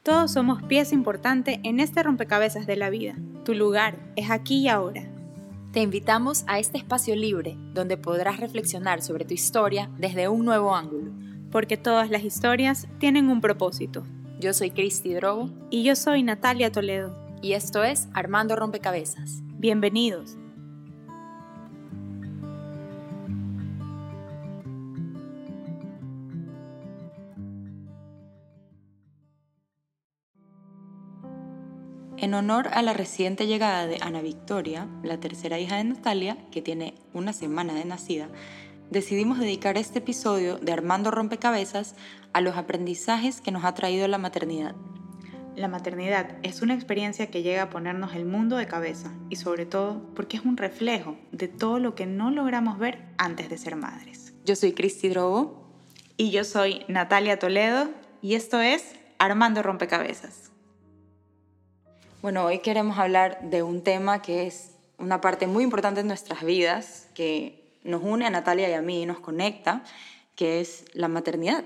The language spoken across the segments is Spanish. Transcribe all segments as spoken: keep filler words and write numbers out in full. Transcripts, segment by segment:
Todos somos pieza importante en este rompecabezas de la vida. Tu lugar es aquí y ahora. Te invitamos a este espacio libre donde podrás reflexionar sobre tu historia desde un nuevo ángulo. Porque todas las historias tienen un propósito. Yo soy Cristi Drogo. Y yo soy Natalia Toledo. Y esto es Armando Rompecabezas. Bienvenidos. En honor a la reciente llegada de Ana Victoria, la tercera hija de Natalia, que tiene una semana de nacida, decidimos dedicar este episodio de Armando Rompecabezas a los aprendizajes que nos ha traído la maternidad. La maternidad es una experiencia que llega a ponernos el mundo de cabeza y sobre todo porque es un reflejo de todo lo que no logramos ver antes de ser madres. Yo soy Cristi Drogo. Y yo soy Natalia Toledo y esto es Armando Rompecabezas. Bueno, hoy queremos hablar de un tema que es una parte muy importante de nuestras vidas, que nos une a Natalia y a mí y nos conecta, que es la maternidad.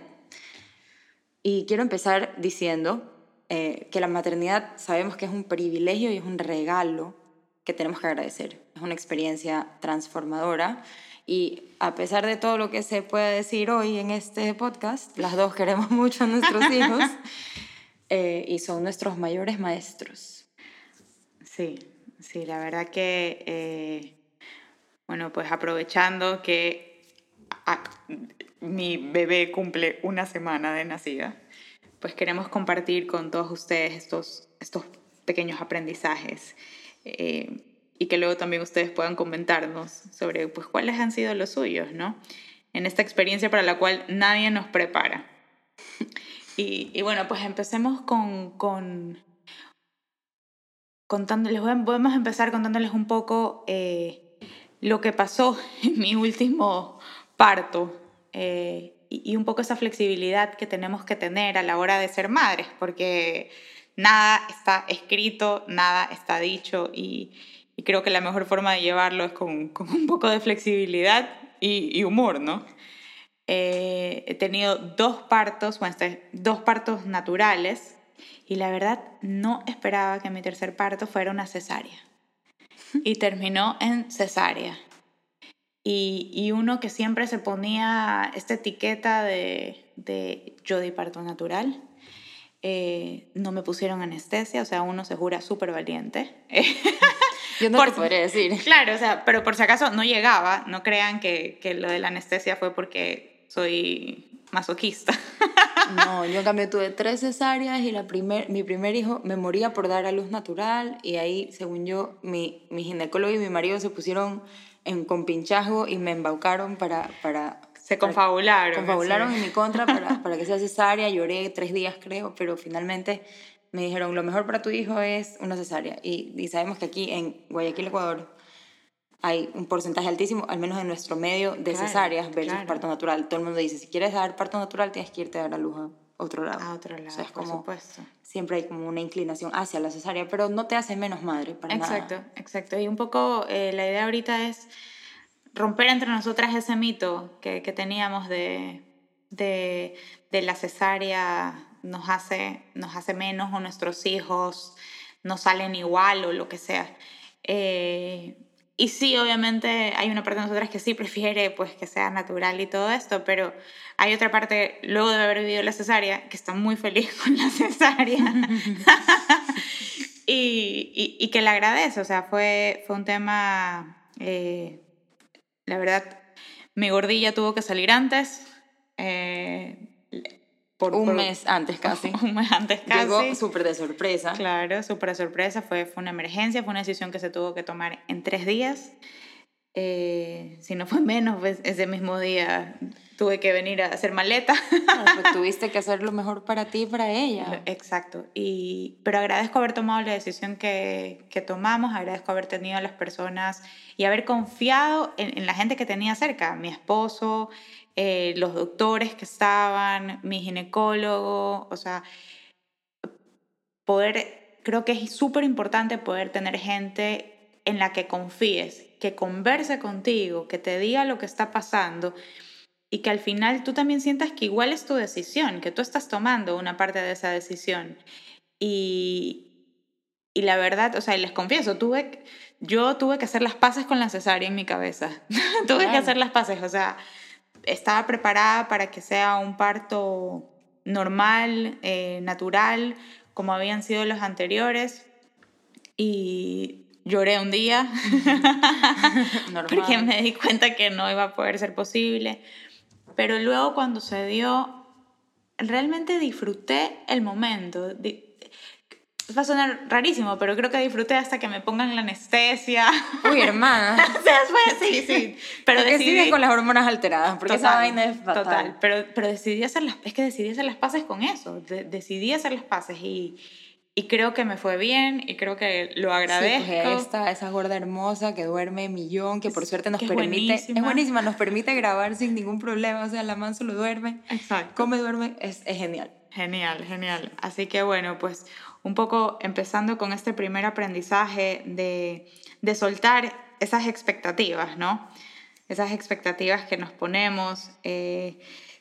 Y quiero empezar diciendo eh, que la maternidad sabemos que es un privilegio y es un regalo que tenemos que agradecer. Es una experiencia transformadora y a pesar de todo lo que se puede decir hoy en este podcast, las dos queremos mucho a nuestros hijos eh, y son nuestros mayores maestros. Sí, sí, la verdad que, eh, bueno, pues aprovechando que a, mi bebé cumple una semana de nacida, pues queremos compartir con todos ustedes estos, estos pequeños aprendizajes eh, y que luego también ustedes puedan comentarnos sobre pues, cuáles han sido los suyos, ¿no? En esta experiencia para la cual nadie nos prepara. Y, y bueno, pues empecemos con... con Contándoles, podemos empezar contándoles un poco eh, lo que pasó en mi último parto eh, y, y un poco esa flexibilidad que tenemos que tener a la hora de ser madres, porque nada está escrito, nada está dicho y, y creo que la mejor forma de llevarlo es con, con un poco de flexibilidad y, y humor, ¿no? Eh, he tenido dos partos, bueno, dos partos naturales. Y la verdad, no esperaba que mi tercer parto fuera una cesárea. Y terminó en cesárea. Y, y uno que siempre se ponía esta etiqueta de, de yo di parto natural. Eh, no me pusieron anestesia, o sea, uno se jura súper valiente. Yo no por, te podría decir. Claro, o sea, pero por si acaso no llegaba. No crean que, que lo de la anestesia fue porque soy masoquista. No, yo en cambio tuve tres cesáreas y la primer, mi primer hijo me moría por dar a luz natural y ahí, según yo, mi, mi ginecólogo y mi marido se pusieron en, con pinchajo y me embaucaron para... para se confabularon. Para, confabularon sí. En mi contra para, para que sea cesárea. Lloré tres días, creo, pero finalmente me dijeron, lo mejor para tu hijo es una cesárea. Y, y sabemos que aquí en Guayaquil, Ecuador, hay un porcentaje altísimo, al menos en nuestro medio, de claro, cesáreas versus claro. parto natural. Todo el mundo dice, si quieres dar parto natural, tienes que irte a dar a luz a otro lado. A otro lado, o sea, es por como, supuesto. Siempre hay como una inclinación hacia la cesárea, pero no te hace menos madre, para exacto, nada. Exacto, exacto. Y un poco eh, la idea ahorita es romper entre nosotras ese mito que, que teníamos de, de, de la cesárea nos hace, nos hace menos o nuestros hijos no salen igual o lo que sea. Eh, Y sí, obviamente hay una parte de nosotras que sí prefiere pues, que sea natural y todo esto, pero hay otra parte, luego de haber vivido la cesárea, que está muy feliz con la cesárea y, y, y que le agradece. O sea, fue, fue un tema, eh, la verdad, mi gordilla tuvo que salir antes. Eh, Por, un por, mes antes casi. Un mes antes casi. Llegó súper de sorpresa. Claro, súper de sorpresa. Fue, fue una emergencia, fue una decisión que se tuvo que tomar en tres días. Eh, si no fue menos, pues ese mismo día tuve que venir a hacer maleta. Claro, pues tuviste que hacer lo mejor para ti y para ella. Exacto. Y, pero agradezco haber tomado la decisión que, que tomamos, agradezco haber tenido a las personas y haber confiado en, en la gente que tenía cerca. Mi esposo, eh, los doctores que estaban, mi ginecólogo, o sea, poder, creo que es súper importante poder tener gente en la que confíes, que converse contigo, que te diga lo que está pasando y que al final tú también sientas que igual es tu decisión, que tú estás tomando una parte de esa decisión. Y, y la verdad, o sea, les confieso, tuve, yo tuve que hacer las paces con la cesárea en mi cabeza. Tuve Claro. que hacer las paces, o sea, estaba preparada para que sea un parto normal, eh, natural, como habían sido los anteriores. Y lloré un día porque Normal. me di cuenta que no iba a poder ser posible. Pero luego cuando se dio, realmente disfruté el momento. Di- Va a sonar rarísimo, pero creo que disfruté hasta que me pongan la anestesia. Uy, hermana. O sea, fue- sí, sí. Pero ¿Por qué decidí... sigues con las hormonas alteradas? Porque esa vaina es fatal. Total, pero, pero decidí hacer las... Es que decidí hacer las paces con eso. De- decidí hacer las paces y, y creo que me fue bien y creo que lo agradezco. Sí, pues ahí está esa gorda hermosa que duerme millón, que por suerte nos que es permite... buenísima. Es buenísima, nos permite grabar sin ningún problema. O sea, la man solo duerme, Exacto. come, duerme, es, es genial. Genial, genial. Así que bueno, pues un poco empezando con este primer aprendizaje de, de soltar esas expectativas, ¿no? Esas expectativas que nos ponemos eh,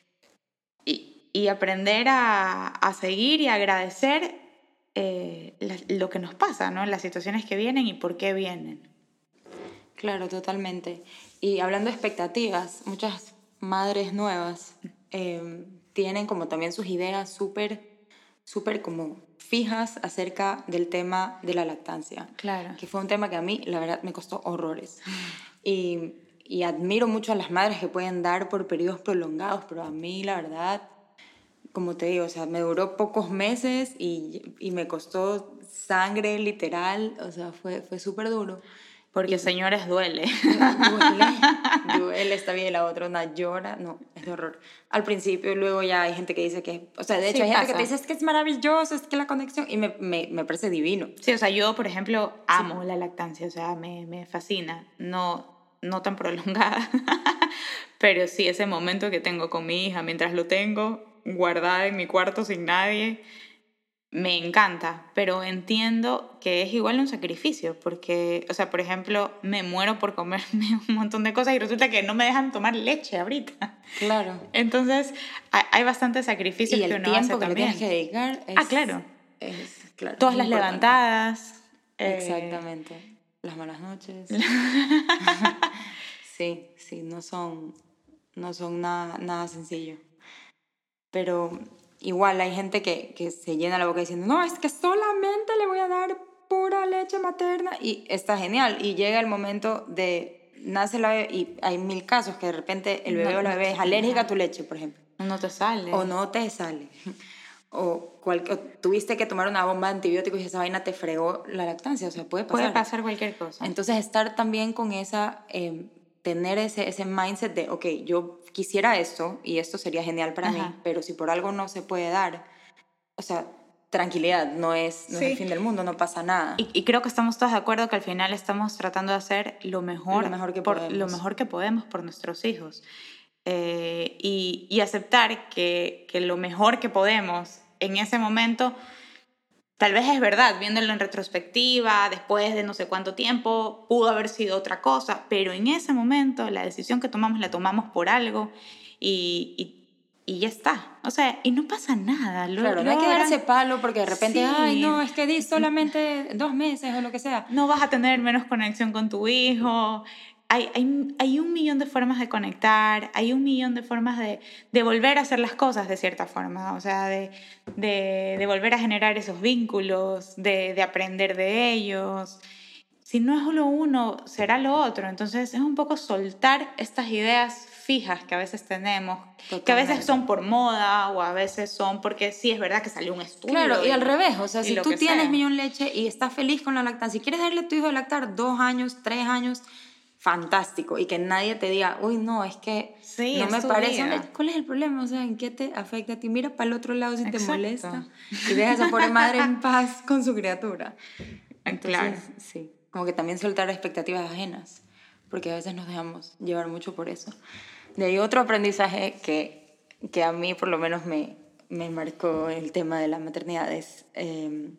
y, y aprender a, a seguir y agradecer eh, la- lo que nos pasa, ¿no? Las situaciones que vienen y por qué vienen. Claro, totalmente. Y hablando de expectativas, muchas madres nuevas eh, tienen como también sus ideas súper, súper como fijas acerca del tema de la lactancia. Claro. Que fue un tema que a mí, la verdad, me costó horrores. Y, y admiro mucho a las madres que pueden dar por periodos prolongados, pero a mí, la verdad, como te digo, o sea, me duró pocos meses y, y me costó sangre literal, o sea, fue, fue súper duro. Porque, señores, duele. Duele, duele, está bien, y la otra una llora, no, es de horror. Al principio, luego ya hay gente que dice que, o sea, de hecho Sí, hay gente pasa. que te dice, es que es maravilloso, es que la conexión, y me, me, me parece divino. Sí, o sea, yo, por ejemplo, amo la lactancia, o sea, me, me fascina. No, no tan prolongada, pero sí ese momento que tengo con mi hija, mientras lo tengo guardada en mi cuarto sin nadie, me encanta, pero entiendo que es igual un sacrificio, porque, o sea, por ejemplo, me muero por comerme un montón de cosas y resulta que no me dejan tomar leche ahorita. Claro. Entonces, hay, hay bastantes sacrificios Y que el uno tiempo hace que le también. tienes que dedicar es... Ah, claro. Es, claro, Todas es las importante. levantadas. eh, Exactamente. Las malas noches. Sí, sí, no son, no son nada, nada sencillo. Pero igual hay gente que, que se llena la boca diciendo, no, es que solamente le voy a dar pura leche materna. Y está genial. Y llega el momento de, nace la bebé y hay mil casos que de repente el bebé No, o la no bebé te- es alérgica ajá. a tu leche, por ejemplo. No te sale. O no te sale. O, cual, o tuviste que tomar una bomba de antibióticos y esa vaina te fregó la lactancia. O sea, puede pasar. Puede pasar cualquier cosa. Entonces, estar también con esa, eh, tener ese, ese mindset de, ok, yo quisiera esto y esto sería genial para Ajá. mí, pero si por algo no se puede dar, o sea, tranquilidad, no es, no Sí. es el fin del mundo, no pasa nada. Y, y creo que estamos todos de acuerdo que al final estamos tratando de hacer lo mejor, Lo mejor que por, podemos. lo mejor que podemos por nuestros hijos. Eh, y, y aceptar que, que lo mejor que podemos en ese momento, tal vez es verdad, viéndolo en retrospectiva, después de no sé cuánto tiempo, pudo haber sido otra cosa, pero en ese momento la decisión que tomamos la tomamos por algo y, y, y ya está. O sea, y no pasa nada. Lo, Claro, no lo hay que habrán- darse palo porque de repente, Sí. ay, no, es que di solamente dos meses o lo que sea. No vas a tener menos conexión con tu hijo. Hay, hay, hay un millón de formas de conectar, hay un millón de formas de, de volver a hacer las cosas de cierta forma, o sea, de, de, de volver a generar esos vínculos, de, de aprender de ellos. Si no es lo uno, será lo otro. Entonces es un poco soltar estas ideas fijas que a veces tenemos, Totalmente. que a veces son por moda o a veces son porque sí, es verdad que salió un estudio. Claro, y, y al revés, o sea, y si lo tú que tienes sea. millón leche y estás feliz con la lactancia, si quieres darle a tu hijo de lactar dos años, tres años, fantástico, y que nadie te diga, uy, no, es que Sí, no es me tu parece, vida. una- ¿cuál es el problema? O sea, ¿en qué te afecta a ti? Mira para el otro lado si te Exacto. molesta y deja a esa pobre madre en paz con su criatura. Entonces, Claro. sí, como que también soltar expectativas ajenas, porque a veces nos dejamos llevar mucho por eso. De ahí otro aprendizaje que, que a mí por lo menos me, me marcó el tema de la maternidad es, eh,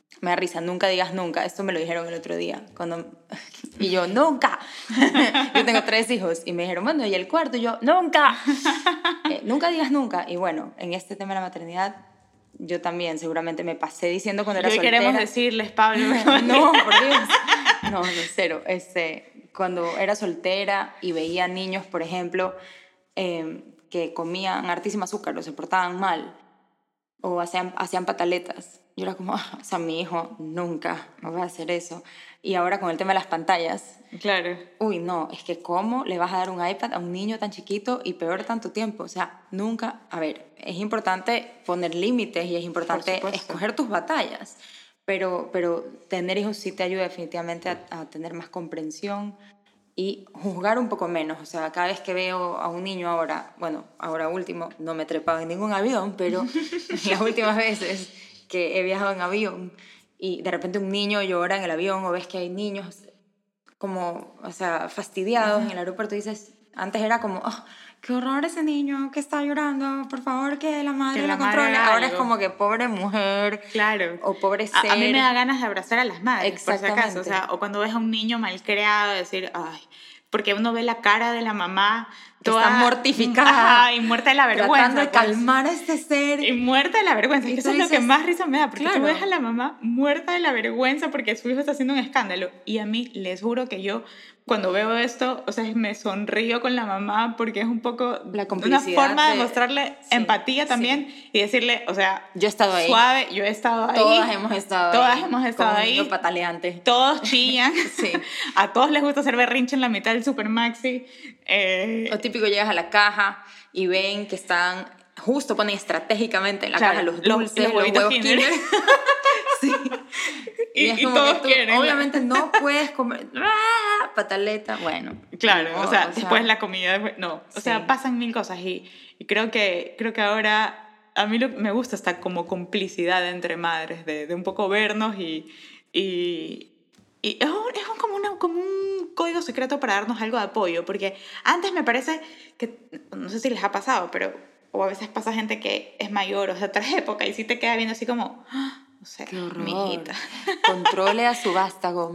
Me da risa, nunca digas nunca. Esto me lo dijeron el otro día. Cuando... Y yo, nunca. Yo tengo tres hijos. Y me dijeron, bueno, ¿y el cuarto? Y yo, nunca. Eh, nunca digas nunca. Y bueno, en este tema de la maternidad, yo también seguramente me pasé diciendo cuando era y hoy soltera. queremos decirles, Pablo. No, por Dios. No, no, cero. Este, cuando era soltera y veía niños, por ejemplo, eh, que comían hartísimo azúcar o se portaban mal o hacían, hacían pataletas. Yo era como, ah, o sea, mi hijo nunca va a hacer eso. Y ahora con el tema de las pantallas. Claro. Uy, no, es que ¿cómo le vas a dar un iPad a un niño tan chiquito y peor tanto tiempo? O sea, nunca... A ver, es importante poner límites y es importante escoger tus batallas. Pero, pero tener hijos sí te ayuda definitivamente a, a tener más comprensión y juzgar un poco menos. O sea, cada vez que veo a un niño ahora, bueno, ahora último, no me he trepado en ningún avión, pero las últimas veces que he viajado en avión y de repente un niño llora en el avión o ves que hay niños como, o sea, fastidiados en el aeropuerto, dices, antes era como, oh, qué horror ese niño que está llorando, por favor que la madre que la la madre controle. Ahora algo. es como que pobre mujer. Claro. O pobre ser. A, a mí me da ganas de abrazar a las madres, Exactamente. por si acaso. O sea, o cuando ves a un niño malcriado, decir, ay, porque uno ve la cara de la mamá toda está mortificada. Ay, muerta de la vergüenza. Tratando de calmar pues. a este ser. Y muerta de la vergüenza. Y eso es lo que más risa me da, porque claro. tú ves a la mamá muerta de la vergüenza porque su hijo está haciendo un escándalo. Y a mí, les juro que yo, cuando veo esto, o sea, me sonrío con la mamá porque es un poco la una forma de, de mostrarle sí, empatía también sí. y decirle, o sea, yo he estado ahí. Suave, yo he estado ahí. Todas hemos estado Todas ahí. hemos estado como ahí. Un niño pataleante. Todos chillan. Sí. A todos les gusta hacer berrinche en la mitad del Supermaxi. Eh, o típico, llegas a la caja y ven que están, justo ponen estratégicamente en la claro, caja los dulces, los, los, los huevos Kinder. Kinder. Sí. Y, y, es y como todos que tú, quieren. obviamente no puedes comer ¡ah! Pataleta, bueno. Claro, no, o, sea, o sea, después la comida, no, o sí. sea, pasan mil cosas y, y creo, que, creo que ahora a mí lo, me gusta esta como complicidad entre madres, de, de un poco vernos y, y, y es, un, es un, como, una, como un código secreto para darnos algo de apoyo, porque antes me parece que, no sé si les ha pasado, pero o a veces pasa gente que es mayor o de otra época y sí te queda viendo así como... O sea, qué horror. Mi hijita. Controle a su vástago.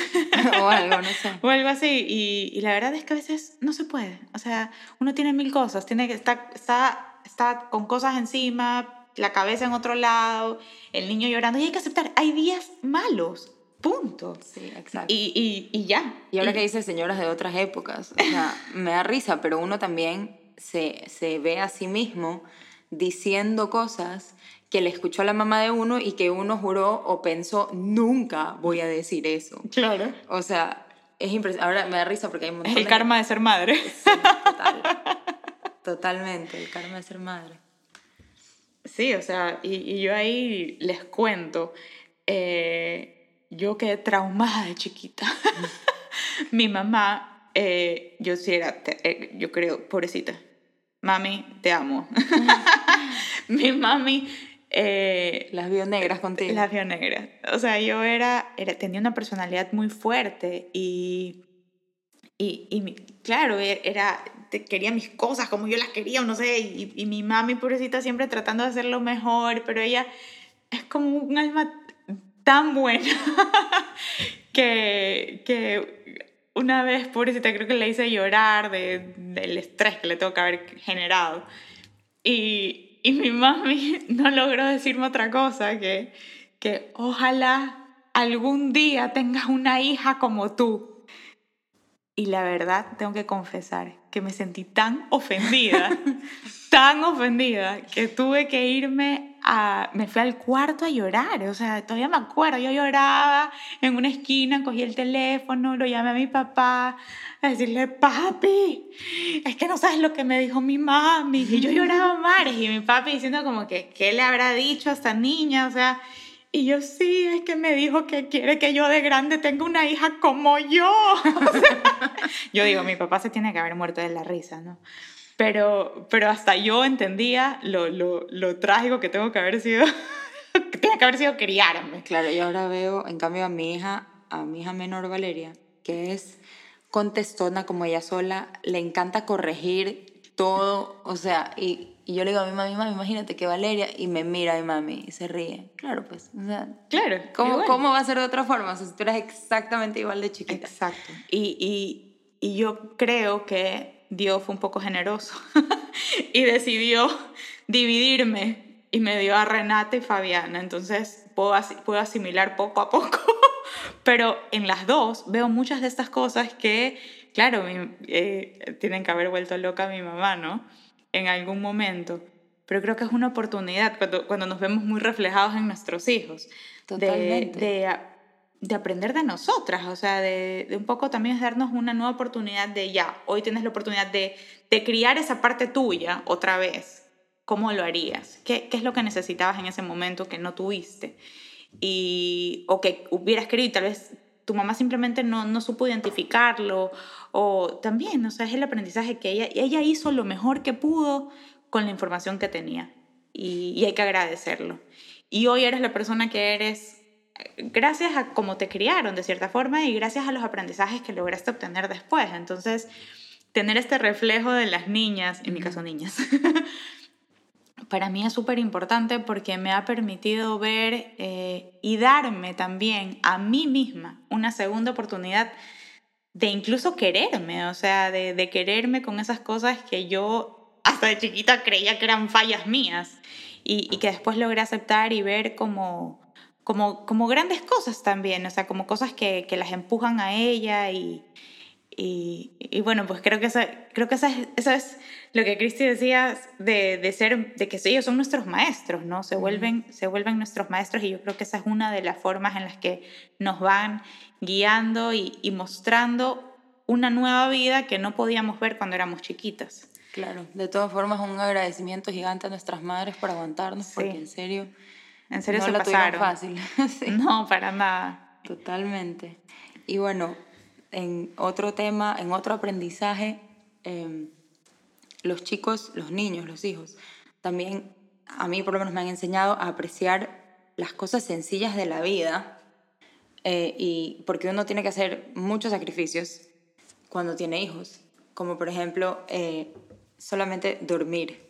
O algo, no sé. O algo así. Y, y la verdad es que a veces no se puede. O sea, uno tiene mil cosas. Tiene que estar, está, está con cosas encima, la cabeza en otro lado, el niño llorando. Y hay que aceptar, hay días malos. Punto. Sí, exacto. Y, y, y ya. Y ahora y... que dices señoras de otras épocas, o sea, me da risa, pero uno también se, se ve a sí mismo diciendo cosas que le escuchó a la mamá de uno y que uno juró o pensó, nunca voy a decir eso. Claro. O sea, es impresionante. Ahora me da risa porque hay un montón Es el de... karma de ser madre. Sí, total. Totalmente, el karma de ser madre. Sí, o sea, y, y yo ahí les cuento, eh, yo quedé traumada de chiquita. Mi mamá, eh, yo sí era, te, eh, yo creo, pobrecita, mami, te amo. Mi mami... Eh, las vio negras contigo. Las vio negras. O sea, yo era, era, tenía una personalidad muy fuerte y, y, y mi, claro, era, quería mis cosas como yo las quería, o no sé, y, y mi mami, pobrecita, siempre tratando de hacerlo mejor, pero ella es como un alma tan buena que, que una vez, pobrecita, creo que le hice llorar de, del estrés que le tengo que haber generado. Y... Y mi mami no logró decirme otra cosa que, que ojalá algún día tengas una hija como tú. Y la verdad, tengo que confesar que me sentí tan ofendida, tan ofendida, que tuve que irme a... Me fui al cuarto a llorar, o sea, todavía me acuerdo, yo lloraba en una esquina, cogí el teléfono, lo llamé a mi papá, a decirle, papi, es que no sabes lo que me dijo mi mami. Y yo lloraba a mares, y mi papi diciendo como que, ¿qué le habrá dicho a esta niña? O sea... Y yo, sí, es que me dijo que quiere que yo de grande tenga una hija como yo. O sea, yo digo, mi papá se tiene que haber muerto de la risa, ¿no? Pero, pero hasta yo entendía lo, lo, lo trágico que tengo que haber sido, que tiene que haber sido criarme. Claro, y ahora veo, en cambio, a mi hija, a mi hija menor Valeria, que es contestona como ella sola, le encanta corregir todo, o sea, y... Y yo le digo a mi mami, mami, imagínate que Valeria, y me mira mi mami y se ríe. Claro, pues, o sea, Claro, ¿cómo, ¿cómo va a ser de otra forma? O sea, si tú eres exactamente igual de chiquita. Exacto. Y, y, y yo creo que Dios fue un poco generoso y decidió dividirme y me dio a Renata y Fabiana. Entonces puedo, as puedo asimilar poco a poco. Pero en las dos veo muchas de estas cosas que, claro, mi, eh, tienen que haber vuelto loca a mi mamá, ¿no? En algún momento. Pero creo que es una oportunidad cuando, cuando nos vemos muy reflejados en nuestros hijos. Totalmente. De, de, de aprender de nosotras, o sea, de, de un poco también es darnos una nueva oportunidad de ya, hoy tienes la oportunidad de, de criar esa parte tuya otra vez. ¿Cómo lo harías? ¿Qué, ¿Qué es lo que necesitabas en ese momento que no tuviste? Y, o que hubieras querido y tal vez tu mamá simplemente no, no supo identificarlo, o también, o sea, es el aprendizaje que ella, ella hizo lo mejor que pudo con la información que tenía y, y hay que agradecerlo. Y hoy eres la persona que eres gracias a cómo te criaron de cierta forma y gracias a los aprendizajes que lograste obtener después. Entonces, tener este reflejo de las niñas, en mi caso niñas, para mí es súper importante porque me ha permitido ver eh, y darme también a mí misma una segunda oportunidad de incluso quererme, o sea, de, de quererme con esas cosas que yo hasta de chiquita creía que eran fallas mías y, y que después logré aceptar y ver como, como, como grandes cosas también, o sea, como cosas que, que las empujan a ella y, y, y bueno, pues creo que, eso, creo que eso, es, eso es lo que Cristi decía de, de ser, de que ellos son nuestros maestros, ¿no? Se vuelven, uh-huh. se vuelven nuestros maestros y yo creo que esa es una de las formas en las que nos van guiando y, y mostrando una nueva vida que no podíamos ver cuando éramos chiquitas. Claro, de todas formas un agradecimiento gigante a nuestras madres por aguantarnos, sí. Porque en serio, en serio no se la pasaron. Fácil. Sí. No, para nada. Totalmente. Y bueno, en otro tema, en otro aprendizaje, eh, los chicos, los niños, los hijos, también a mí por lo menos me han enseñado a apreciar las cosas sencillas de la vida, eh, y porque uno tiene que hacer muchos sacrificios cuando tiene hijos, como por ejemplo eh, solamente dormir.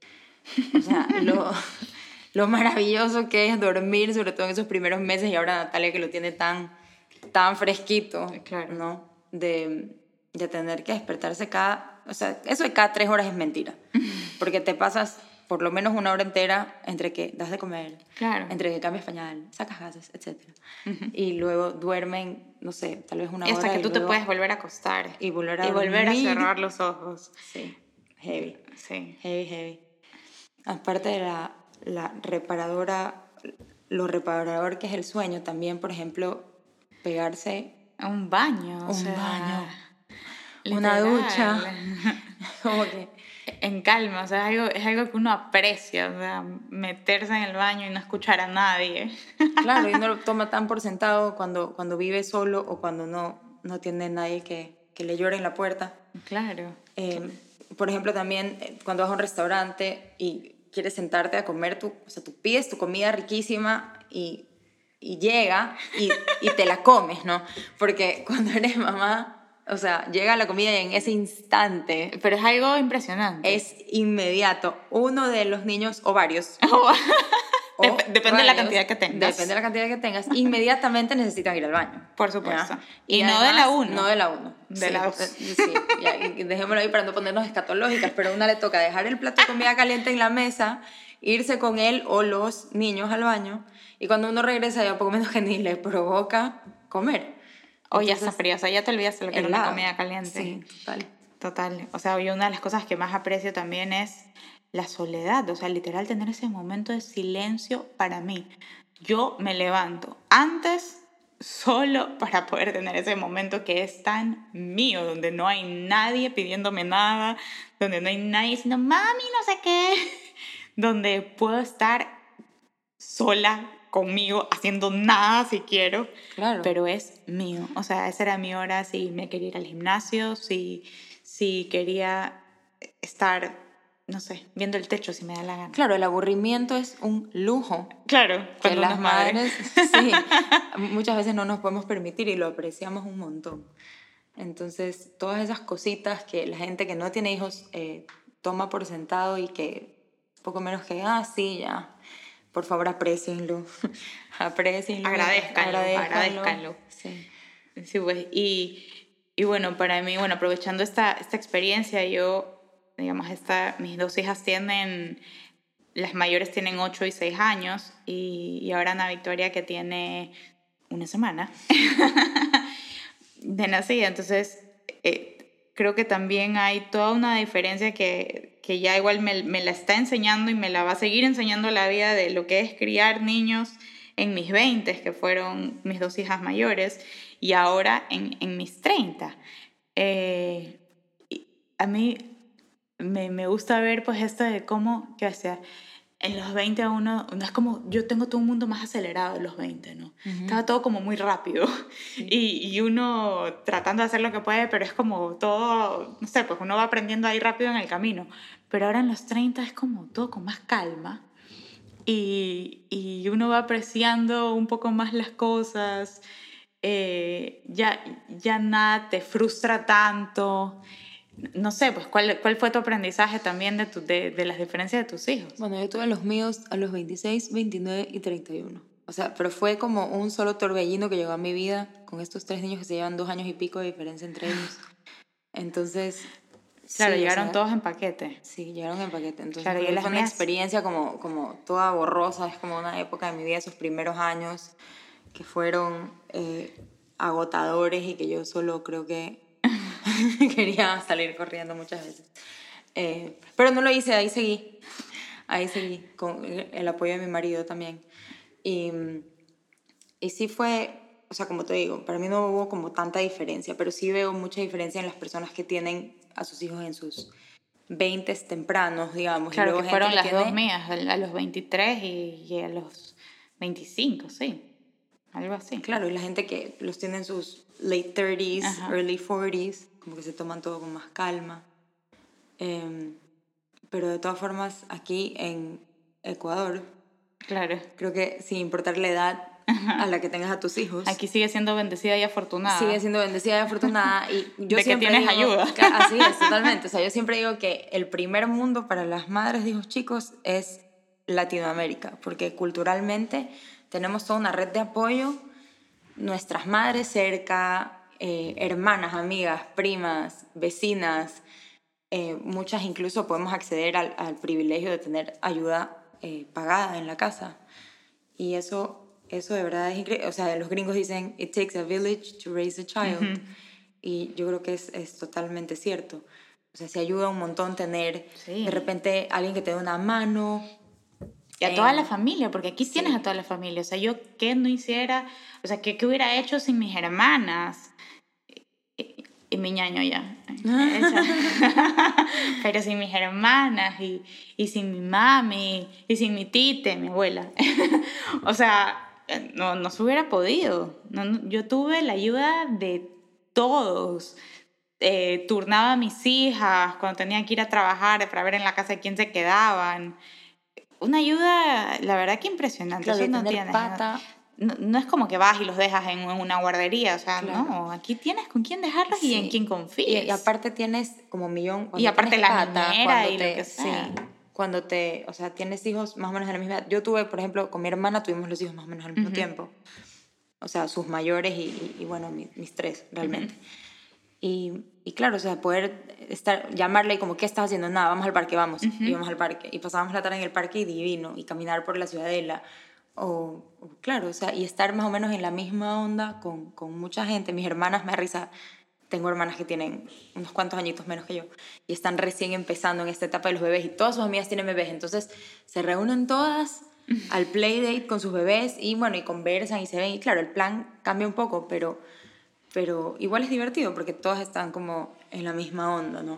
O sea, lo, lo maravilloso que es dormir, sobre todo en esos primeros meses, y ahora Natalia que lo tiene tan, tan fresquito, claro. ¿no? De, de tener que despertarse cada... O sea, eso de cada tres horas es mentira, porque te pasas por lo menos una hora entera entre que das de comer, claro. entre que cambias pañal, sacas gases, etcétera. Uh-huh. Y luego duermen, no sé, tal vez una y hasta hora. que tú luego, te puedes volver a acostar. Y volver a Y volver dormir. a cerrar los ojos. Sí, heavy. Sí. Heavy, heavy. Aparte de la, la reparadora, lo reparador que es el sueño, también, por ejemplo, pegarse... Un baño. Un o sea, baño. Literal. Una ducha. Como que... En calma, o sea, es algo, es algo que uno aprecia, o sea, meterse en el baño y no escuchar a nadie. Claro, y uno lo toma tan por sentado cuando, cuando vive solo o cuando no, no tiene nadie que, que le llore en la puerta. Claro. Eh, por ejemplo, también cuando vas a un restaurante y quieres sentarte a comer, tu, o sea, tú pides tu comida riquísima y, y llega y, y te la comes, ¿no? Porque cuando eres mamá... O sea, llega la comida y en ese instante... Pero es algo impresionante. Es inmediato. Uno de los niños, o varios... o Dep depende varios, de la cantidad que tengas. Depende de la cantidad que tengas. Inmediatamente necesitan ir al baño. Por supuesto. Y, y además, no de la uno. No de la uno. De sí, la dos. Sí, ya, dejémoslo ahí para no ponernos escatológicas, pero a una le toca dejar el plato de comida caliente en la mesa, irse con él o los niños al baño, y cuando uno regresa ya poco menos que ni le provoca comer. O ya está frío, o sea, ya te olvidaste lo que era una comida caliente. Sí, total. Total. O sea, yo una de las cosas que más aprecio también es la soledad. O sea, literal tener ese momento de silencio para mí. Yo me levanto antes solo para poder tener ese momento que es tan mío, donde no hay nadie pidiéndome nada, donde no hay nadie diciendo, mami, no sé qué, donde puedo estar sola conmigo, haciendo nada si quiero, claro. Pero es mío. O sea, esa era mi hora, si me quería ir al gimnasio, si, si quería estar, no sé, viendo el techo si me da la gana. Claro, el aburrimiento es un lujo. Claro, cuando que las madres, sí, muchas veces no nos podemos permitir y lo apreciamos un montón. Entonces, todas esas cositas que la gente que no tiene hijos eh, toma por sentado y que poco menos que, ah, sí, ya, por favor aprecienlo, aprecienlo. Agradezcanlo, agradezcanlo. Sí. Sí, pues, y, y bueno, para mí, bueno, aprovechando esta, esta experiencia, yo, digamos, esta, mis dos hijas tienen, las mayores tienen ocho y seis años, y, y ahora Ana Victoria, que tiene una semana de nacida, entonces eh, creo que también hay toda una diferencia que, que ya igual me, me la está enseñando y me la va a seguir enseñando la vida de lo que es criar niños en mis veinte, que fueron mis dos hijas mayores, y ahora en, en mis treinta. Eh, a mí me, me gusta ver pues esto de cómo, que o sea, en los veinte a uno, no es como, yo tengo todo un mundo más acelerado en los veinte, ¿no? Uh-huh. Estaba todo como muy rápido, sí. y, y uno tratando de hacer lo que puede, pero es como todo, no sé, pues uno va aprendiendo ahí rápido en el camino, pero ahora en los treinta es como todo con más calma, y, y uno va apreciando un poco más las cosas, eh, ya, ya nada te frustra tanto. No sé, pues, ¿cuál, cuál fue tu aprendizaje también de, tu, de, de las diferencias de tus hijos? Bueno, yo tuve los míos a los veintiséis, veintinueve y treinta y uno. O sea, pero fue como un solo torbellino que llegó a mi vida con estos tres niños que se llevan dos años y pico de diferencia entre ellos. Entonces... Claro, sí, llegaron o sea, todos en paquete. Sí, llegaron en paquete. Entonces claro, fue, y fue una mías... experiencia como, como toda borrosa. Es como una época de mi vida, esos primeros años que fueron eh, agotadores y que yo solo creo que quería salir corriendo muchas veces. Eh, pero no lo hice, ahí seguí. Ahí seguí, con el apoyo de mi marido también. Y, y sí fue, o sea, como te digo, para mí no hubo como tanta diferencia, pero sí veo mucha diferencia en las personas que tienen a sus hijos en sus veintes tempranos, digamos. Claro, y luego que fueron gente las que tiene... dos mías, a los veintitrés y, y a los veinticinco, sí. Algo así. Claro, y la gente que los tiene en sus late thirties, ajá, early forties, como que se toman todo con más calma. Eh, pero de todas formas, aquí en Ecuador, claro, creo que sin importar la edad, ajá, a la que tengas a tus hijos, aquí sigue siendo bendecida y afortunada. Sigue siendo bendecida y afortunada. Y yo de siempre que tienes digo, ayuda. Que, así es, totalmente. O sea, yo siempre digo que el primer mundo para las madres de hijos chicos es Latinoamérica, porque culturalmente tenemos toda una red de apoyo, nuestras madres cerca, eh, hermanas, amigas, primas, vecinas, eh, muchas incluso podemos acceder al, al privilegio de tener ayuda eh, pagada en la casa. Y eso... Eso de verdad es increíble. O sea, los gringos dicen, it takes a village to raise a child. Uh-huh. Y yo creo que es, es totalmente cierto. O sea, se ayuda un montón tener, sí, de repente alguien que te dé una mano. Y a eh, toda la familia, porque aquí sí, tienes a toda la familia. O sea, yo qué no hiciera, o sea, qué, qué hubiera hecho sin mis hermanas. Y, y mi ñaño ya. Pero sin mis hermanas y, y sin mi mami y sin mi tite, mi abuela. O sea... No, no se hubiera podido. No, no, yo tuve la ayuda de todos. Eh, turnaba a mis hijas cuando tenía que ir a trabajar para ver en la casa quién se quedaban. Una ayuda, la verdad que impresionante. Claro, eso no tener tienes. pata. No, no es como que vas y los dejas en una guardería. O sea, claro, no. Aquí tienes con quién dejarlos, sí, y en quién confíes. Y, y aparte tienes como un millón. Y aparte la niñera y te, lo que sea. Sí. Cuando te, o sea, tienes hijos más o menos de la misma edad. Yo tuve, por ejemplo, con mi hermana tuvimos los hijos más o menos al mismo uh-huh. tiempo. O sea, sus mayores y, y, y bueno, mis, mis tres, realmente. Uh-huh. Y, y claro, o sea, poder estar, llamarle y como, ¿qué estás haciendo? Nada, vamos al parque, vamos. Uh-huh. Y íbamos al parque. Y pasábamos la tarde en el parque y divino. Y caminar por la ciudadela. O, o claro, o sea, y estar más o menos en la misma onda con, con mucha gente. Mis hermanas me da risa. Tengo hermanas que tienen unos cuantos añitos menos que yo y están recién empezando en esta etapa de los bebés y todas sus amigas tienen bebés, entonces se reúnen todas al playdate con sus bebés y bueno, y conversan y se ven y claro, el plan cambia un poco, pero, pero igual es divertido porque todas están como en la misma onda, ¿no?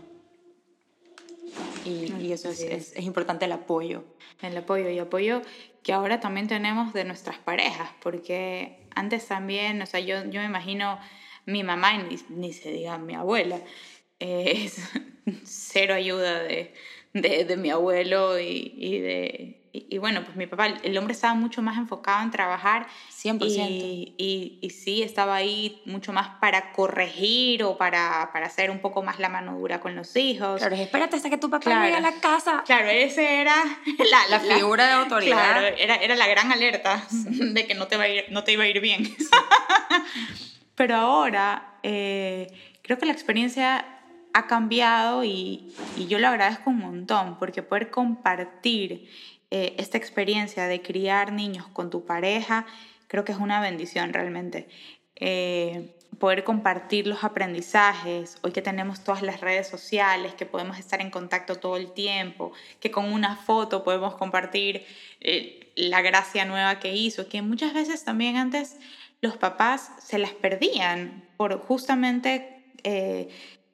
Y, y eso es, es, es importante, el apoyo. El apoyo y apoyo que ahora también tenemos de nuestras parejas, porque antes también, o sea, yo, yo me imagino... Mi mamá, y ni, ni se diga mi abuela, eh, es cero ayuda de, de, de mi abuelo y, y, de, y, y bueno, pues mi papá, el hombre estaba mucho más enfocado en trabajar. cien por ciento. Y, y, y sí, estaba ahí mucho más para corregir o para, para hacer un poco más la mano dura con los hijos. Claro, espérate hasta que tu papá Claro. llegue a la casa. Claro, ese era la, La figura de autoridad. Claro, era, era la gran alerta de que no te, va a ir, no te iba a ir bien. Sí. Pero ahora eh, creo que la experiencia ha cambiado y, y yo lo agradezco un montón, porque poder compartir eh, esta experiencia de criar niños con tu pareja, creo que es una bendición realmente. Eh, poder compartir los aprendizajes, hoy que tenemos todas las redes sociales, que podemos estar en contacto todo el tiempo, que con una foto podemos compartir eh, la gracia nueva que hizo, que muchas veces también antes los papás se las perdían por justamente eh,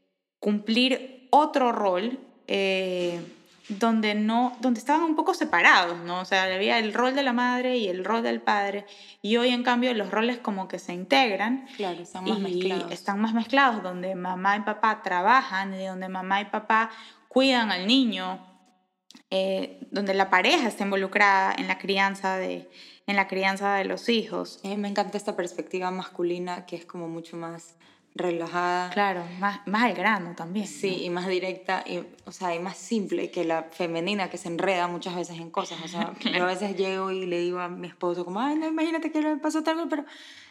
cumplir otro rol eh, donde, no, donde estaban un poco separados, ¿no? O sea, había el rol de la madre y el rol del padre, y hoy en cambio los roles como que se integran. Claro, están más y mezclados. Están más mezclados, donde mamá y papá trabajan y donde mamá y papá cuidan al niño, eh, donde la pareja está involucrada en la crianza de, en la crianza de los hijos. A mí me encanta esta perspectiva masculina que es como mucho más relajada. Claro, más, más al grano también. Sí, ¿no? y más directa, y, o sea, y más simple que la femenina que se enreda muchas veces en cosas. O sea, Claro. yo a veces llego y le digo a mi esposo como, ay, no, imagínate que le pasó tal, pero...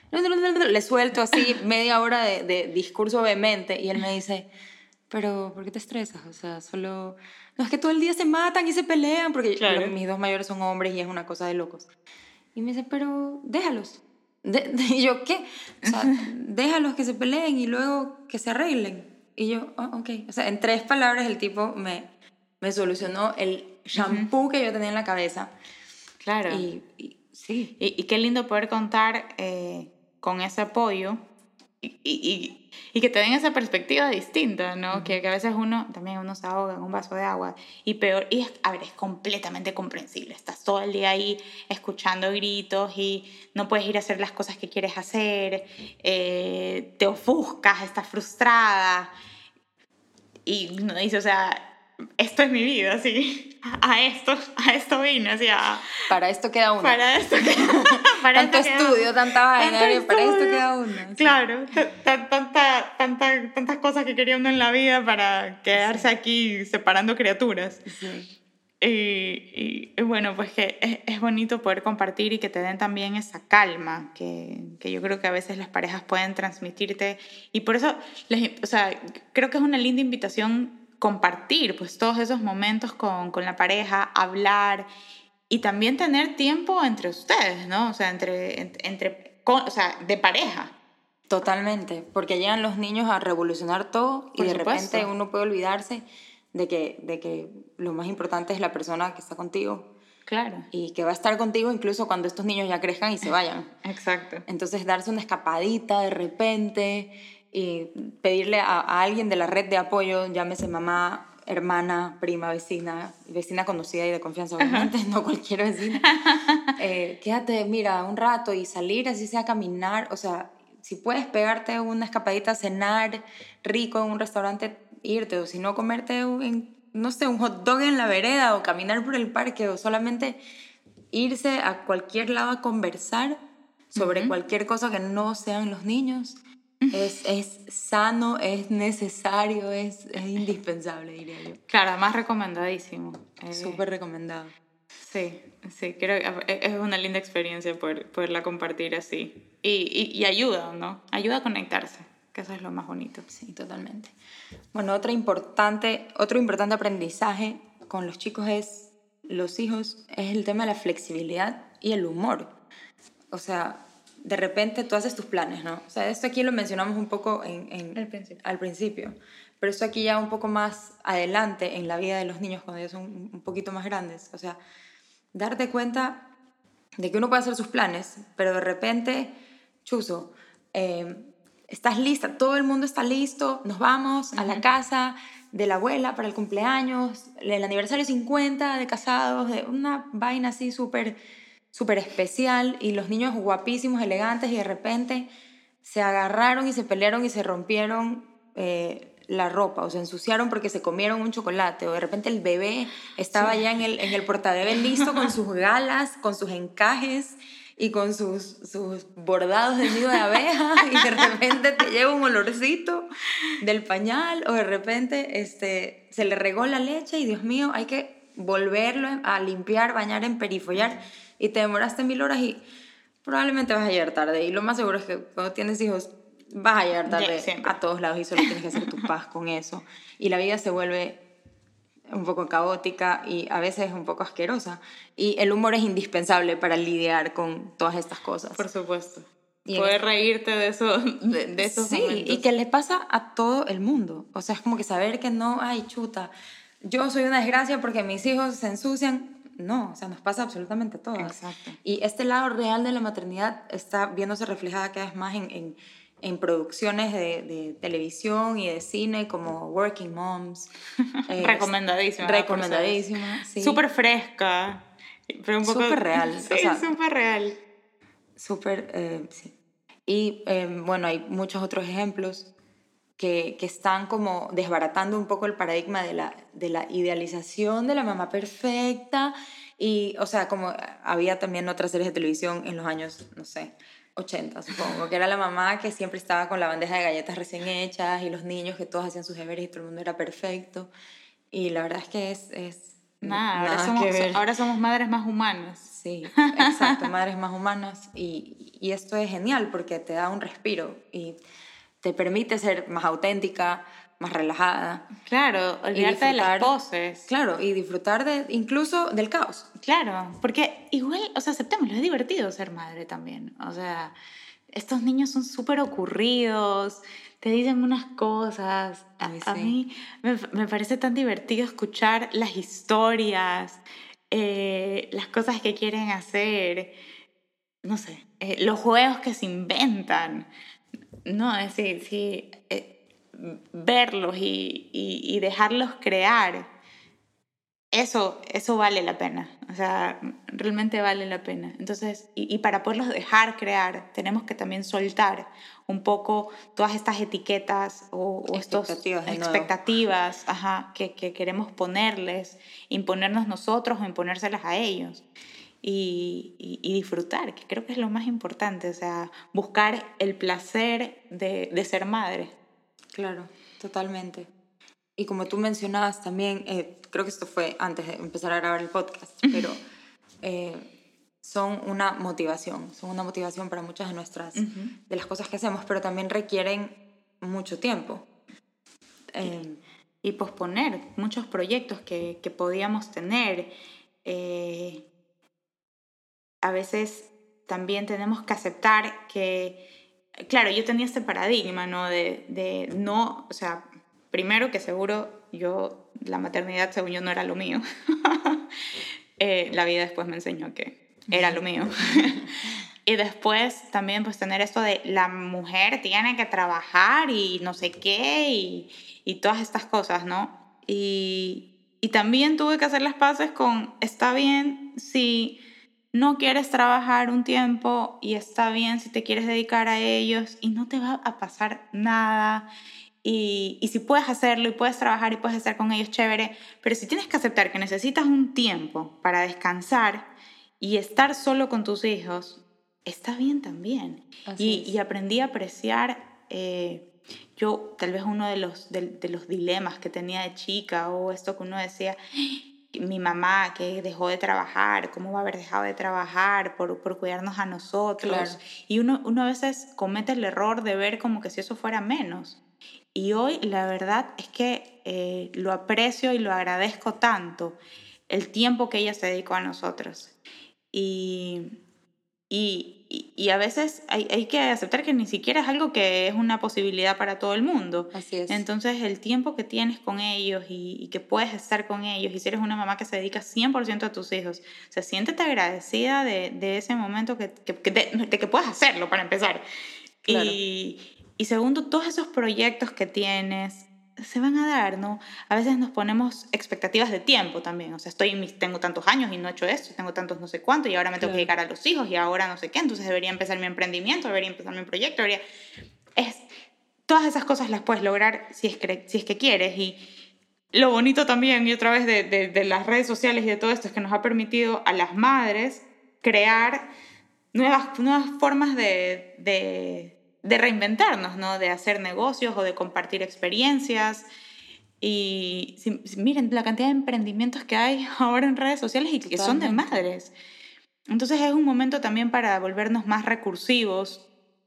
Le suelto así media hora de, de discurso vehemente y él me dice, pero ¿por qué te estresas? O sea, solo... No, es que todo el día se matan y se pelean, porque Claro. los, mis dos mayores son hombres y es una cosa de locos. Y me dice, pero déjalos. De, de, y yo, ¿qué? O sea, déjalos que se peleen y luego que se arreglen. Y yo, oh, ok. O sea, en tres palabras el tipo me, me solucionó el shampoo uh-huh. que yo tenía en la cabeza. Claro. Y, y sí. Y, y qué lindo poder contar eh, con ese apoyo y, y, y que te den esa perspectiva distinta, ¿no? Uh-huh. Que, que a veces uno, también uno se ahoga en un vaso de agua y peor, y es, a ver, es completamente comprensible, estás todo el día ahí escuchando gritos y no puedes ir a hacer las cosas que quieres hacer, eh, te ofuscas, estás frustrada y uno dice, o sea, esto es mi vida, sí, a esto, a esto vine, así a... Para esto queda uno. Para esto queda para Tanto esto estudio, queda, tanta vaina, para estudio, esto queda uno. Sí. Claro, tanta, tanta, tantas cosas que quería uno en la vida para quedarse sí. aquí separando criaturas. Sí. Y, y bueno, pues que es, es bonito poder compartir y que te den también esa calma que, que yo creo que a veces las parejas pueden transmitirte. Y por eso, les, o sea, creo que es una linda invitación compartir pues todos esos momentos con, con la pareja, hablar y también tener tiempo entre ustedes, ¿no? O sea, entre, entre con, o sea, de pareja. Totalmente, porque llegan los niños a revolucionar todo y de supuesto. repente uno puede olvidarse de que, de que lo más importante es la persona que está contigo. Claro. Y que va a estar contigo incluso cuando estos niños ya crezcan y se vayan. Exacto. Entonces darse una escapadita de repente y pedirle a, a alguien de la red de apoyo, llámese mamá, hermana, prima, vecina, vecina conocida y de confianza, obviamente, uh-huh. no cualquier vecina. eh, quédate, mira, un rato y salir, así sea caminar, o sea, si puedes pegarte una escapadita, cenar rico en un restaurante, irte, o si no, comerte un, no sé, un hot dog en la vereda o caminar por el parque o solamente irse a cualquier lado a conversar sobre uh-huh. cualquier cosa que no sean los niños. Es, es sano, es necesario, es, es indispensable, diría yo. Claro, más recomendadísimo. Eh, Súper recomendado. Sí, sí, creo que es una linda experiencia poder, poderla compartir así. Y, y, y ayuda, ¿no? Ayuda a conectarse, que eso es lo más bonito. Sí, totalmente. Bueno, otra importante, otro importante aprendizaje con los chicos es, los hijos, es el tema de la flexibilidad y el humor. O sea, de repente tú haces tus planes, ¿no? O sea, esto aquí lo mencionamos un poco en, en, al, principio. al principio, pero esto aquí ya un poco más adelante en la vida de los niños cuando ellos son un poquito más grandes. O sea, darte cuenta de que uno puede hacer sus planes, pero de repente, chuzo, eh, estás lista, todo el mundo está listo, nos vamos uh-huh. a la casa de la abuela para el cumpleaños, el aniversario cincuenta de casados, de una vaina así súper... súper especial y los niños guapísimos, elegantes y de repente se agarraron y se pelearon y se rompieron eh, la ropa, o se ensuciaron porque se comieron un chocolate, o de repente el bebé estaba sí. ya en el, en el portabebé listo con sus galas, con sus encajes y con sus, sus bordados de nido de abeja, y de repente te llega un olorcito del pañal, o de repente este, se le regó la leche y Dios mío, hay que volverlo a limpiar, bañar, emperifollar, y te demoraste mil horas y probablemente vas a llegar tarde. Y lo más seguro es que cuando tienes hijos vas a llegar tarde yeah, a todos lados, y solo tienes que hacer tu paz con eso. Y la vida se vuelve un poco caótica y a veces un poco asquerosa. Y el humor es indispensable para lidiar con todas estas cosas. Por supuesto. Y poder este... reírte de, eso, de, de esos sí, momentos. Sí, y que le pasa a todo el mundo. O sea, es como que saber que no, ay, chuta, yo soy una desgracia porque mis hijos se ensucian. No, o sea, nos pasa absolutamente a todas. Exacto. Y este lado real de la maternidad está viéndose reflejada cada vez más en, en, en producciones de, de televisión y de cine como Working Moms. Eh, recomendadísima. Recomendadísima, sí. Súper fresca. Pero un poco... Súper real. Sí, o sea, súper real. Súper, eh, sí. Y eh, bueno, hay muchos otros ejemplos que, que están como desbaratando un poco el paradigma de la, de la idealización de la mamá perfecta. Y, o sea, como había también otras series de televisión en los años, no sé, ochenta, supongo, que era la mamá que siempre estaba con la bandeja de galletas recién hechas, y los niños que todos hacían sus deberes y todo el mundo era perfecto. Y la verdad es que es... es nada, nada ahora, somos, que ver. ahora somos madres más humanas. Sí, exacto, madres más humanas. Y, y esto es genial porque te da un respiro y te permite ser más auténtica, más relajada. Claro, olvidarte de las poses. Claro, y disfrutar de, incluso del caos. Claro, porque igual, o sea, aceptémoslo, es divertido ser madre también. O sea, estos niños son súper ocurridos, te dicen unas cosas. A, sí. a mí me, me parece tan divertido escuchar las historias, eh, las cosas que quieren hacer, no sé, eh, los juegos que se inventan. No, es decir, sí, eh, verlos y, y, y dejarlos crear, eso, eso vale la pena, o sea, realmente vale la pena. Entonces, y, y para poderlos dejar crear, tenemos que también soltar un poco todas estas etiquetas o, o expectativas, estos expectativas ajá, que, que queremos ponerles, imponernos nosotros o imponérselas a ellos. Y, y, y disfrutar, que creo que es lo más importante, o sea, buscar el placer de, de ser madre. Claro, totalmente. Y como tú mencionabas también, eh, creo que esto fue antes de empezar a grabar el podcast, pero eh, son una motivación, son una motivación para muchas de nuestras, uh-huh. de las cosas que hacemos, pero también requieren mucho tiempo. Eh, y, y posponer muchos proyectos que, que podíamos tener. Eh, a veces también tenemos que aceptar que, claro, yo tenía este paradigma, ¿no? De, de no, o sea, primero que seguro yo, la maternidad según yo no era lo mío. eh, la vida después me enseñó que era lo mío. Y después también pues tener esto de la mujer tiene que trabajar y no sé qué y, y todas estas cosas, ¿no? Y, y también tuve que hacer las paces con, está bien si no quieres trabajar un tiempo y está bien si te quieres dedicar a ellos y no te va a pasar nada. Y, y si puedes hacerlo y puedes trabajar y puedes estar con ellos, chévere. Pero si tienes que aceptar que necesitas un tiempo para descansar y estar solo con tus hijos, está bien también. Y, y aprendí a apreciar, eh, yo tal vez uno de los, de, de los dilemas que tenía de chica, o esto que uno decía, mi mamá que dejó de trabajar, ¿cómo va a haber dejado de trabajar por, por cuidarnos a nosotros? Claro. Y uno, uno a veces comete el error de ver como que si eso fuera menos. Y hoy la verdad es que eh, lo aprecio y lo agradezco tanto, el tiempo que ella se dedicó a nosotros. Y, y, y, y a veces hay, hay que aceptar que ni siquiera es algo que es una posibilidad para todo el mundo. Así es. Entonces el tiempo que tienes con ellos y, y que puedes estar con ellos, y si eres una mamá que se dedica cien por ciento a tus hijos, o sea, siéntete agradecida de, de ese momento que, que, que de, de que puedas hacerlo para empezar. Claro. Y, y segundo, todos esos proyectos que tienes se van a dar, ¿no? A veces nos ponemos expectativas de tiempo también. O sea, estoy, tengo tantos años y no he hecho esto, tengo tantos no sé cuánto, y ahora me tengo Claro. que dedicar a los hijos, y ahora no sé qué, entonces debería empezar mi emprendimiento, debería empezar mi proyecto, debería... Es, todas esas cosas las puedes lograr si es que, si es que quieres. Y lo bonito también, y otra vez de, de, de las redes sociales y de todo esto, es que nos ha permitido a las madres crear nuevas, nuevas formas de, de, de reinventarnos, ¿no? De hacer negocios o de compartir experiencias. Y si, si, miren la cantidad de emprendimientos que hay ahora en redes sociales y que Totalmente. Son de madres. Entonces es un momento también para volvernos más recursivos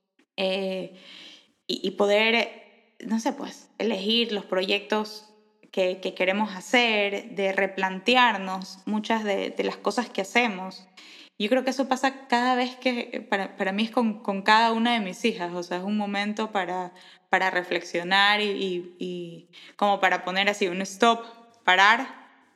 eh, y, y poder, no sé, pues, elegir los proyectos que, que queremos hacer, de replantearnos muchas de, de las cosas que hacemos. Yo creo que eso pasa cada vez que, para, para mí es con, con cada una de mis hijas, o sea, es un momento para, para reflexionar y, y, y como para poner así un stop, parar,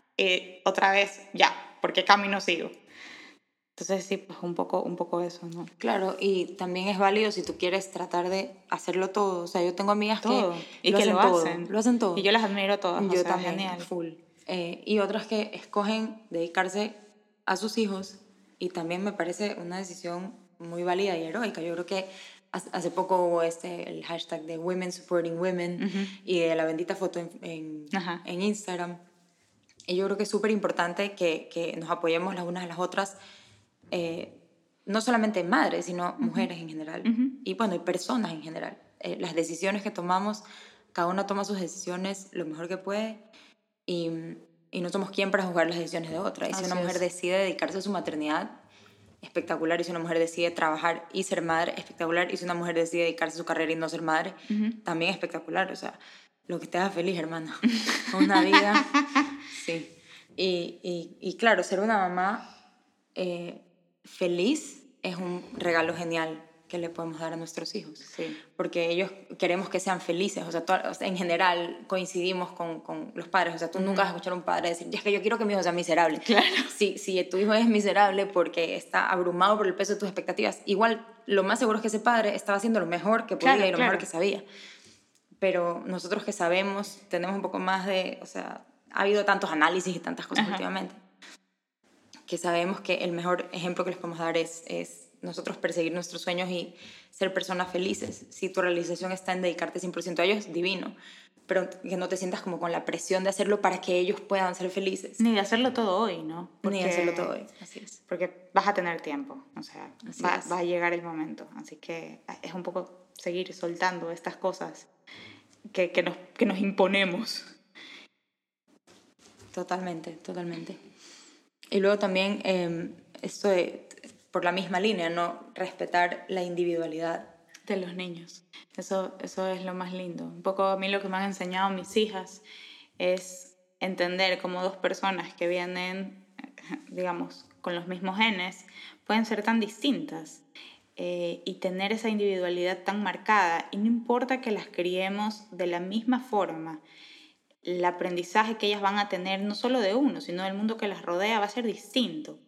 y otra vez, ya, ¿por qué camino sigo? Entonces sí, pues un poco, un poco eso, ¿no? Claro, y también es válido si tú quieres tratar de hacerlo todo. O sea, yo tengo amigas todo. que y lo que hacen lo todo. hacen. Lo hacen todo. Y yo las admiro todas. Yo o sea, también, genial. full. Eh, y otras que escogen dedicarse a sus hijos y también me parece una decisión muy válida y heroica. Yo creo que hace poco hubo este, el hashtag de Women Supporting Women uh-huh. y de la bendita foto en, en, uh-huh. en Instagram. Y yo creo que es súper importante que, que nos apoyemos las unas a las otras, eh, no solamente madres, sino uh-huh. mujeres en general. Uh-huh. Y bueno, y personas en general. Eh, las decisiones que tomamos, cada una toma sus decisiones lo mejor que puede y, y no somos quien para juzgar las decisiones de otra. Y si Así una mujer es. decide dedicarse a su maternidad, espectacular. Y si una mujer decide trabajar y ser madre, espectacular. Y si una mujer decide dedicarse a su carrera y no ser madre, uh-huh. también espectacular. O sea, lo que te haga feliz, hermana. Una vida. Sí. Y, y, y claro, ser una mamá eh, feliz es un regalo genial que le podemos dar a nuestros hijos. Sí. Porque ellos queremos que sean felices. O sea, to, o sea en general coincidimos con, con los padres. O sea, tú uh-huh. nunca vas a escuchar a un padre decir, es que yo quiero que mi hijo sea miserable. Claro. Si, si tu hijo es miserable porque está abrumado por el peso de tus expectativas, igual lo más seguro es que ese padre estaba haciendo lo mejor que podía claro, y lo claro. mejor que sabía. Pero nosotros que sabemos, tenemos un poco más de... O sea, ha habido tantos análisis y tantas cosas uh-huh. últimamente que sabemos que el mejor ejemplo que les podemos dar es, es nosotros perseguir nuestros sueños y ser personas felices. Si tu realización está en dedicarte cien por ciento a ellos, divino, pero que no te sientas como con la presión de hacerlo para que ellos puedan ser felices. Ni de hacerlo todo hoy, ¿no? Porque, Ni de hacerlo todo hoy, así es. Porque vas a tener tiempo, o sea, va, va a llegar el momento. Así que es un poco seguir soltando estas cosas que, que, nos, que nos imponemos. Totalmente, totalmente. Y luego también eh, esto de, por la misma línea, ¿no? Respetar la individualidad de los niños. Eso, eso es lo más lindo. Un poco a mí lo que me han enseñado mis hijas es entender cómo dos personas que vienen, digamos, con los mismos genes, pueden ser tan distintas eh, y tener esa individualidad tan marcada. Y no importa que las criemos de la misma forma, el aprendizaje que ellas van a tener, no solo de uno, sino del mundo que las rodea, va a ser distinto.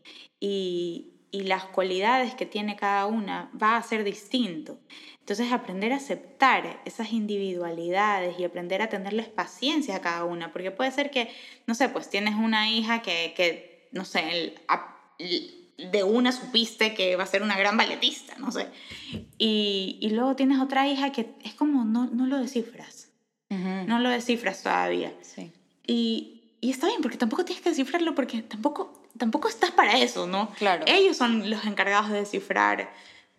Y, y las cualidades que tiene cada una va a ser distinto. Entonces, aprender a aceptar esas individualidades y aprender a tenerles paciencia a cada una, porque puede ser que, no sé, pues tienes una hija que, que no sé, el, el, de una supiste que va a ser una gran balletista, no sé. Y, y luego tienes otra hija que es como, no, no lo descifras. Uh-huh. No lo descifras todavía. Sí. Y, y está bien, porque tampoco tienes que descifrarlo, porque tampoco, tampoco estás para eso, ¿no? Claro. Ellos son los encargados de descifrar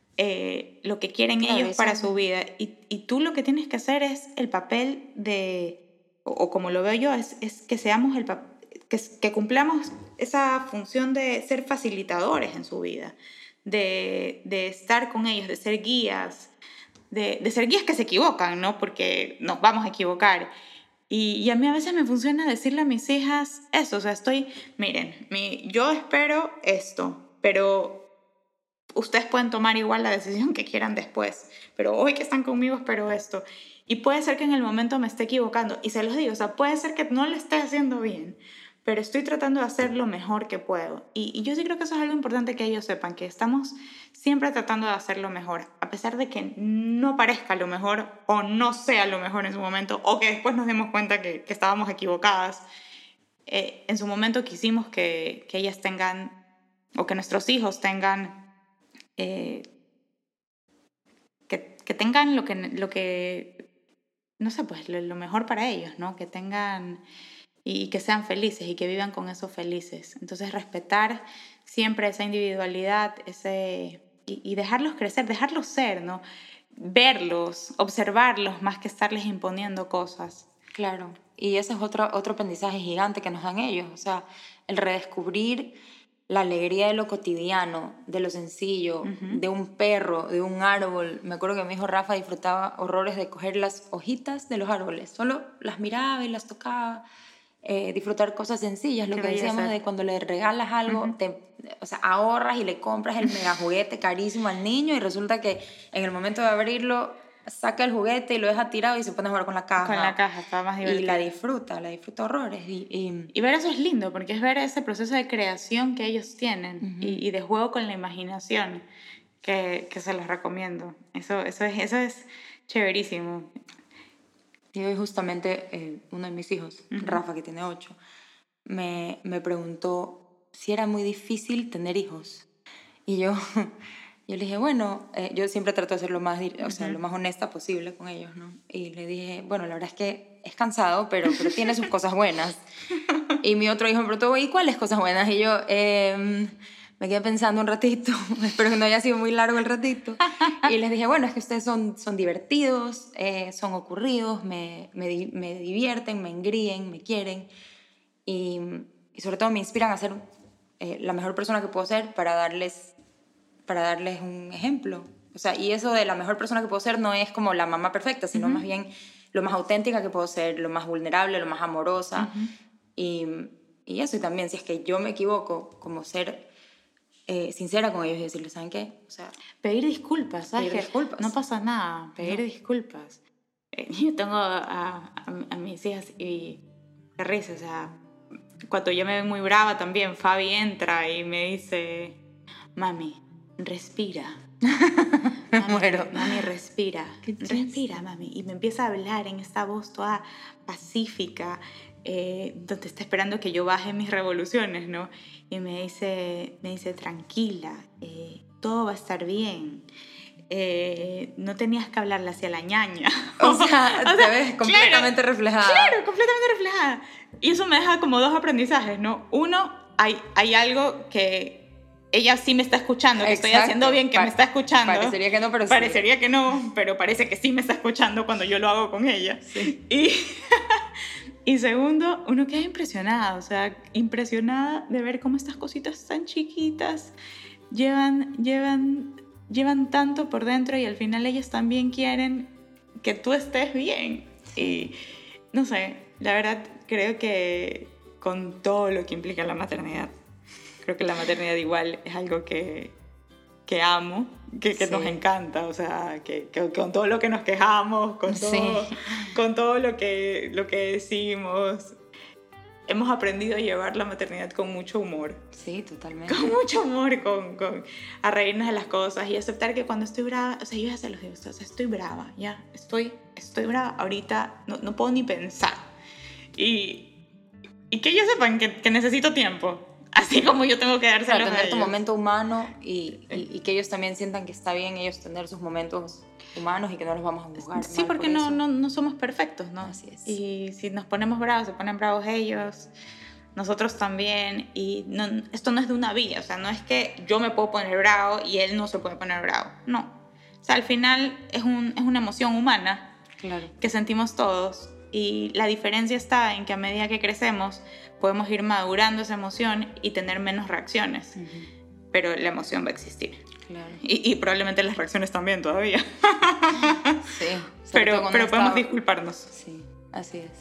eh, lo que quieren claro, ellos para su vida. Y, y tú lo que tienes que hacer es el papel de, o, o como lo veo yo, es, es que seamos el que, que cumplamos esa función de ser facilitadores en su vida, de, de estar con ellos, de ser guías, De, de ser guías que se equivocan, ¿no? Porque nos vamos a equivocar. Y, y a mí a veces me funciona decirle a mis hijas eso, o sea, estoy, miren, mi, yo espero esto, pero ustedes pueden tomar igual la decisión que quieran después, pero hoy que están conmigo espero esto. Y puede ser que en el momento me esté equivocando, y se los digo, o sea, puede ser que no lo esté haciendo bien, pero estoy tratando de hacer lo mejor que puedo. Y, y yo sí creo que eso es algo importante que ellos sepan, que estamos siempre tratando de hacer lo mejor, a pesar de que no parezca lo mejor o no sea lo mejor en su momento, o que después nos demos cuenta que, que estábamos equivocadas. Eh, en su momento quisimos que, que ellas tengan, o que nuestros hijos tengan, eh, que, que tengan lo que, lo que no sé, pues lo, lo mejor para ellos, ¿no? Que tengan y que sean felices y que vivan con eso felices. Entonces respetar siempre esa individualidad, ese, y, y dejarlos crecer, dejarlos ser, ¿no? Verlos, observarlos más que estarles imponiendo cosas. Claro, y ese es otro, otro aprendizaje gigante que nos dan ellos, o sea, el redescubrir la alegría de lo cotidiano, de lo sencillo, uh-huh. de un perro, de un árbol. Me acuerdo que mi hijo Rafa disfrutaba horrores de coger las hojitas de los árboles, solo las miraba y las tocaba, eh, disfrutar cosas sencillas, lo Qué que decíamos de cuando le regalas algo, uh-huh. te, o sea, ahorras y le compras el mega juguete carísimo al niño y resulta que en el momento de abrirlo saca el juguete y lo deja tirado y se pone a jugar con la caja. Con la caja, está más divertido. Y la disfruta, la disfruta horrores. Y, y... y ver eso es lindo, porque es ver ese proceso de creación que ellos tienen uh-huh. y, y de juego con la imaginación, que, que se los recomiendo. Eso, eso, es, eso es chéverísimo. Y hoy justamente eh, uno de mis hijos, uh-huh. Rafa, que tiene ocho, me, me preguntó si era muy difícil tener hijos. Y yo... Yo le dije, bueno, eh, yo siempre trato de ser lo más, o sea, uh-huh. lo más honesta posible con ellos, ¿no? Y le dije, bueno, la verdad es que es cansado, pero, pero tiene sus cosas buenas. Y mi otro hijo me preguntó, ¿y cuáles cosas buenas? Y yo eh, me quedé pensando un ratito, espero que no haya sido muy largo el ratito. Y les dije, bueno, es que ustedes son, son divertidos, eh, son ocurridos, me, me, me divierten, me engríen, me quieren. Y, y sobre todo me inspiran a ser eh, la mejor persona que puedo ser para darles... para darles un ejemplo. O sea, y eso de la mejor persona que puedo ser no es como la mamá perfecta, sino uh-huh. más bien lo más auténtica que puedo ser, lo más vulnerable, lo más amorosa. Uh-huh. Y, y eso, y también si es que yo me equivoco, como ser eh, sincera con ellos y decirles, ¿saben qué? O sea, pedir disculpas, ¿sabes? Pedir disculpas. No pasa nada, pedir no. disculpas. Eh, yo tengo a, a, a mis hijas y qué risa, o sea, cuando yo me veo muy brava también, Fabi entra y me dice, mami, respira. Mami, muero. Mami, respira. Respira, mami. Y me empieza a hablar en esta voz toda pacífica, eh, donde está esperando que yo baje mis revoluciones, ¿no? Y me dice, me dice tranquila, eh, todo va a estar bien. Eh, no tenías que hablarle hacia la ñaña. O sea, o te sea, ves completamente claro, reflejada. Claro, completamente reflejada. Y eso me deja como dos aprendizajes, ¿no? Uno, hay, hay algo que ella sí me está escuchando, que Exacto. estoy haciendo bien, que pa- me está escuchando. Parecería que no, pero sí. Parecería que no, pero parece que sí me está escuchando cuando yo lo hago con ella. Sí. Y, y segundo, uno queda impresionada, o sea, impresionada de ver cómo estas cositas tan chiquitas llevan, llevan, llevan tanto por dentro y al final ellas también quieren que tú estés bien. Y no sé, la verdad creo que con todo lo que implica la maternidad, creo que la maternidad igual es algo que, que amo, que, que sí. nos encanta, o sea, que, que con todo lo que nos quejamos, con todo, sí. con todo lo que, lo que decimos, hemos aprendido a llevar la maternidad con mucho humor. Sí, totalmente. Con mucho humor, con, con, a reírnos de las cosas y aceptar que cuando estoy brava, o sea, yo ya se los digo, o sea, estoy brava, ya, estoy, estoy brava, ahorita no, no puedo ni pensar. Y, y que ellos sepan que, que necesito tiempo. Así como yo tengo que dárselos claro, tener a tu ellos. momento humano y, y, y que ellos también sientan que está bien ellos tener sus momentos humanos y que no los vamos a juzgar. Sí, porque por no, no, no somos perfectos, ¿no? Así es. Y si nos ponemos bravos, se ponen bravos ellos, nosotros también. Y no, esto no es de una vía, o sea, no es que yo me puedo poner bravo y él no se puede poner bravo. No. O sea, al final es, un, es una emoción humana claro. que sentimos todos. Y la diferencia está en que a medida que crecemos podemos ir madurando esa emoción y tener menos reacciones. Uh-huh. Pero la emoción va a existir. Claro. Y, y probablemente las reacciones también todavía. Sí. Pero, pero podemos estado... disculparnos. Sí, así es.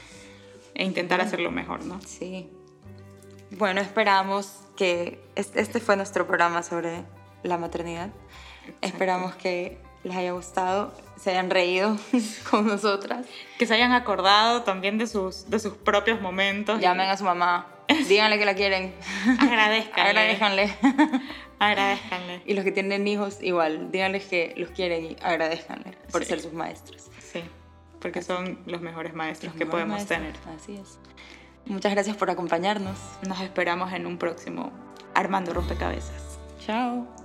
E intentar hacerlo mejor, ¿no? Sí. Bueno, esperamos que este fue nuestro programa sobre la maternidad. Exacto. Esperamos que les haya gustado, se hayan reído con nosotras. Que se hayan acordado también de sus, de sus propios momentos. Llamen y... a su mamá, díganle que la quieren. Agradezcanle. Agradezcanle. Agradezcanle. Y los que tienen hijos, igual, díganles que los quieren y agradezcanle por sí. ser sus maestros. Sí, porque Así. son los mejores maestros los que mejores podemos maestros. tener. Así es. Muchas gracias por acompañarnos. Nos esperamos en un próximo Armando Rompecabezas. Chao.